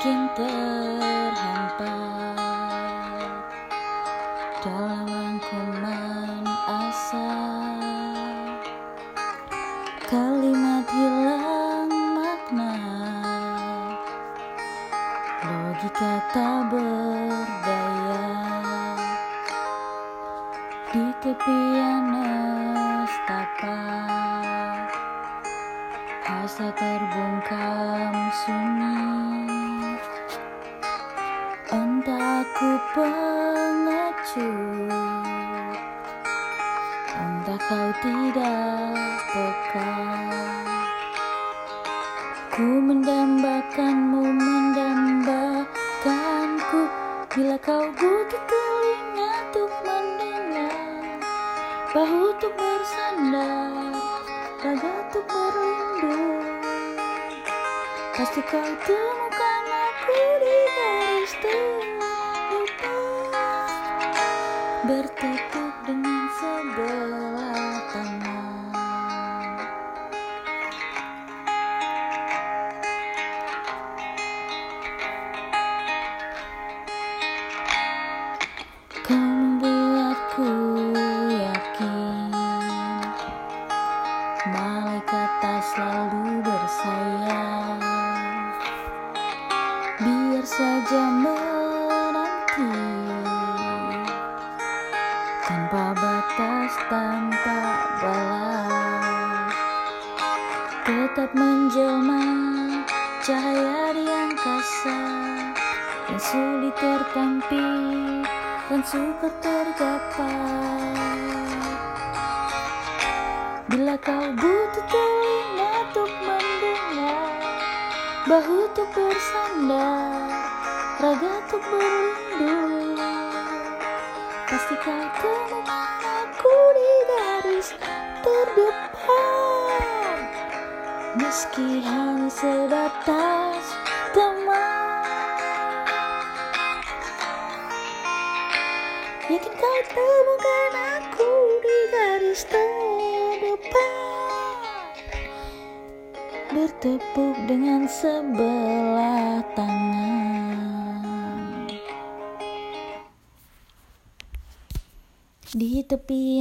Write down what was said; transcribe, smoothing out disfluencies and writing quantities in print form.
makin terhampar dalam rangkuman asa. Kalimat hilang makna, logika tak berdaya. Di tepian nestapa, asa terbungkam sunyi. Entah aku pengecut, entah kau tidak peka. Ku mendambakanmu, mendambakanku. Bila kau butuh telinga untuk mendengar, bahu untuk bersandar, raga untuk berlindung, pasti kau temukan aku di garis terdepan, bertekuk dengan sebelah tangan. Kau membuatku yakin malaikat tak selalu bersayap. Biar saja menanti tanpa batas, tanpa balas, tetap menjelma cahaya di angkasa yang sulit tertampik dan sukar tergapai. Bila kau butuh telinga untuk mendengar, bahu untuk bersandar, raga untuk berlindung, pasti kau temukan aku di garis terdepan. Meski hanya sebatas teman, yakin kau temukan aku di garis terdepan, bertepuk dengan sebelah tangan di tepi